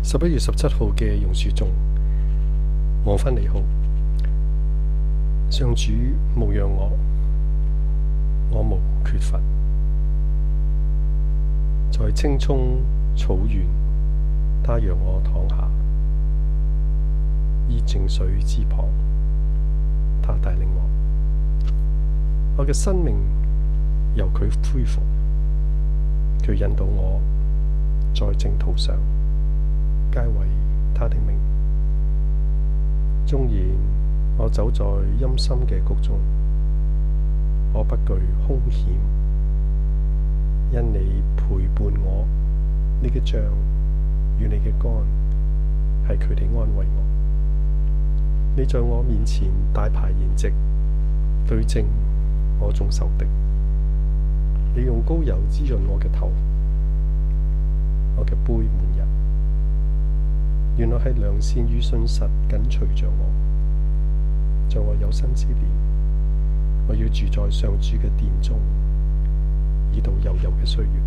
11月17號嘅榕樹中，黃昏你好，上主牧養我無缺乏，在青蔥草原，他讓我躺下，依靜水之旁，他帶領我嘅生命由佢恢復，佢引導我在正途上，皆為他的名。縱然我走在陰森嘅谷中，我不懼凶險，因你陪伴我，你嘅杖與你嘅竿係佢哋安慰我。你在我面前大排筵席，對正我眾仇敵。你用膏油滋潤我嘅頭，我嘅杯滿溢。原來係良善與信實緊隨着我，在我有生之年，我要住在上主嘅殿中，以度悠悠嘅歲月。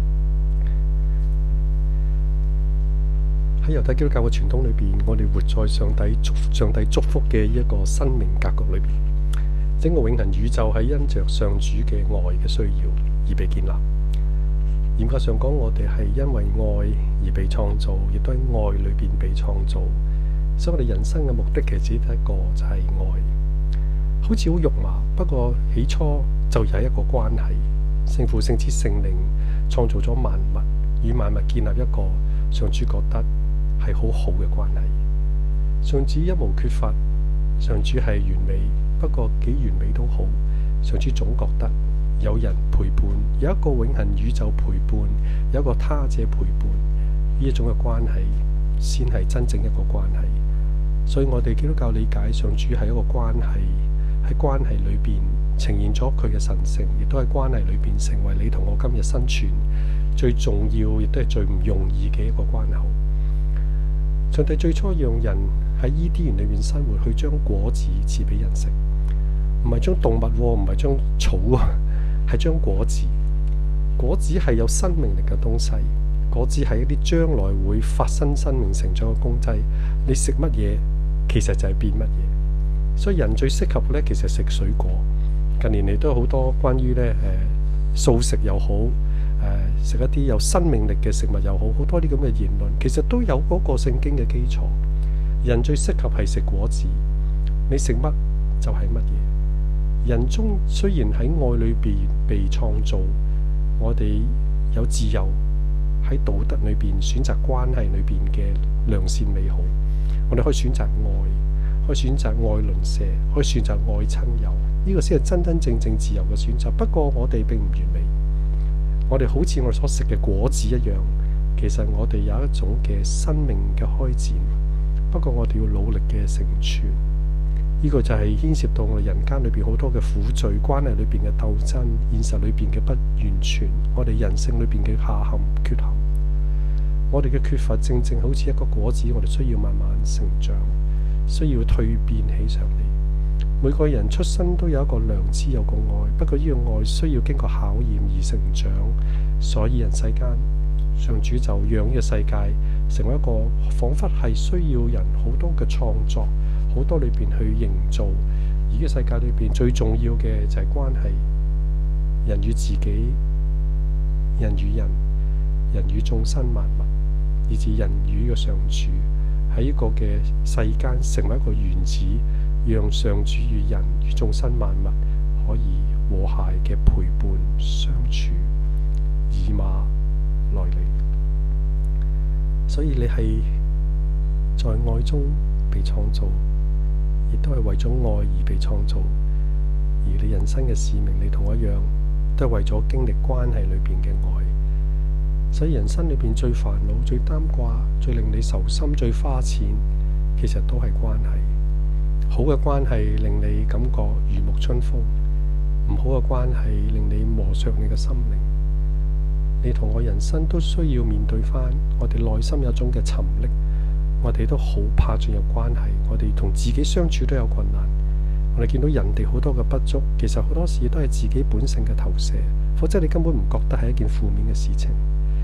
喺猶太基督教嘅傳統裏邊，我哋活在上帝祝福嘅一個生命格局裏邊。整個永恆宇宙係因着上主嘅愛嘅需要而被建立。嚴格上講，我哋係因為愛而被創造，亦都喺愛裏邊被創造。所以我哋人生嘅目的其實只得一個，就係愛。好似好肉麻，不過起初就有一個關係。聖父、聖子、聖靈創造咗萬物，與萬物建立一個上主覺得係好好嘅關係。上主一無缺乏，上主係完美，不過幾完美都好，上主總覺得有人陪伴，有一個永恆宇宙陪伴，有一個他者陪伴，呢一種嘅關係先係真正一個關係。所以我哋基督教理解上主係一個關係，喺關係裏邊呈現咗佢嘅神性，亦都喺關係裏邊成為你同我今日生存最重要，亦都係最唔容易嘅一個關口。上帝最初讓人喺伊甸園裏面生活，去將果子賜俾人食，唔係將動物，唔係將草啊，係將果子。果子係有生命力嘅東西，果子係一啲將來會發生生命成長嘅功劑。你食乜嘢，其實就係變乜嘢。所以人最適合咧，其實食水果。近年嚟都有好多關於咧素食又好，食一啲有生命力嘅食物又好，好多啲咁嘅言論，其實都有嗰個聖經嘅基礎。人最適合係食果子，你食乜就係乜嘢。人中雖然喺愛裏邊被創造，我哋有自由喺道德裏邊選擇關係裏邊嘅良善美好。我哋可以選擇愛，可以選擇愛鄰舍，可以選擇愛親友，呢個先係真真正正自由嘅選擇。不過我哋並唔完美，我哋好似我哋所食嘅果子一樣，其實我哋有一種嘅生命嘅開展。不過我哋要努力嘅成全，呢個就係牽涉到我哋人間裏邊好多嘅苦罪，關係裏邊嘅鬥爭，現實裏邊嘅不完全，我哋人性裏邊嘅下陷缺陷。我哋嘅缺乏正正好似一個果子，我哋需要慢慢成長，需要蛻變起上嚟。每個人出生都有一個良知，有個愛，不過呢個愛需要經過考驗而成長。所以人世間，上主就讓呢個世界成為一個彷彿係需要人好多嘅創作，好多裏邊去營造。而呢個世界裏邊最重要嘅就係關係，人與自己，人與人，人與眾生萬物，以至人與呢個上主喺呢個嘅世間成為一個原子，讓上主與人與眾生萬物可以和諧嘅陪伴相處，以馬內利。所以你係在愛中被創造，亦都係為咗愛而被創造。而你人生嘅使命，你同我一樣，都係為咗經歷關係裏邊嘅愛。所以人生裏邊最煩惱、最擔掛、最令你受心、最花錢，其實都係關係。好嘅關係令你感覺如沐春風，唔好嘅關係令你磨削你嘅心靈。你同我人生都需要面對翻，我哋內心有一種嘅沉溺，我哋都好怕進入關係，我哋同自己相處都有困難。我哋見到人哋好多嘅不足，其實好多時都係自己本性嘅投射，否則你根本唔覺得係一件負面嘅事情。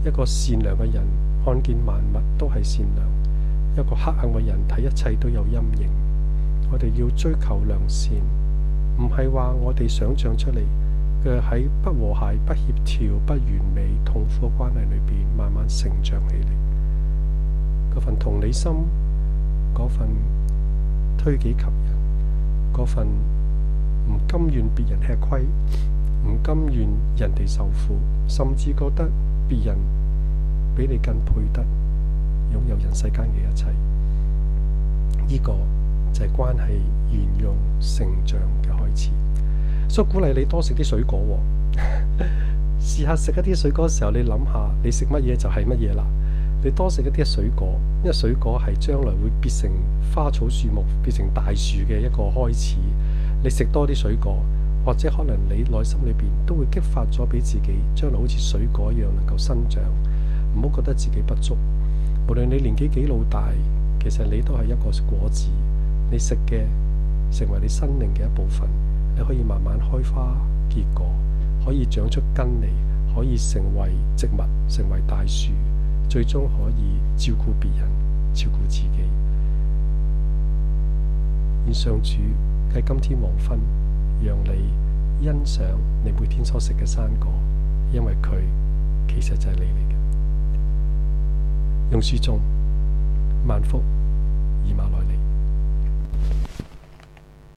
一個善良嘅人看見萬物都係善良，一個黑暗嘅人睇一切都有陰影。我哋要追求良善，唔係話我哋想象出嚟嘅，喺不和諧、不協調、不完美、痛苦嘅關係裏邊慢慢成長起嚟。嗰份同理心，嗰份推己及人，嗰份唔甘願別人吃虧，唔甘願人哋受苦，甚至覺得別人比你更配得擁有人世間嘅一切，呢個就係關係圓融成長嘅開始。所以鼓勵你多食啲水果喎，試下食一啲水果嘅時候，你諗下你食乜嘢就係乜嘢啦。你多食一啲水果，因為水果係將來會變成花草樹木、變成大樹嘅一個開始。你食多啲水果，或者可能你內心裏邊都會激發咗俾自己將來好似水果一樣能夠生長。唔好覺得自己不足，無論你年紀幾老大，其實你都係一個果子。你食嘅成為你生命嘅一部分，你可以慢慢開花結果，可以長出根嚟，可以成為植物，成為大樹，最終可以照顧別人，照顧自己。願上主喺今天黃昏，讓你欣賞你每天所食嘅生果，因為佢其實就係你嚟嘅。用書中萬福以馬內。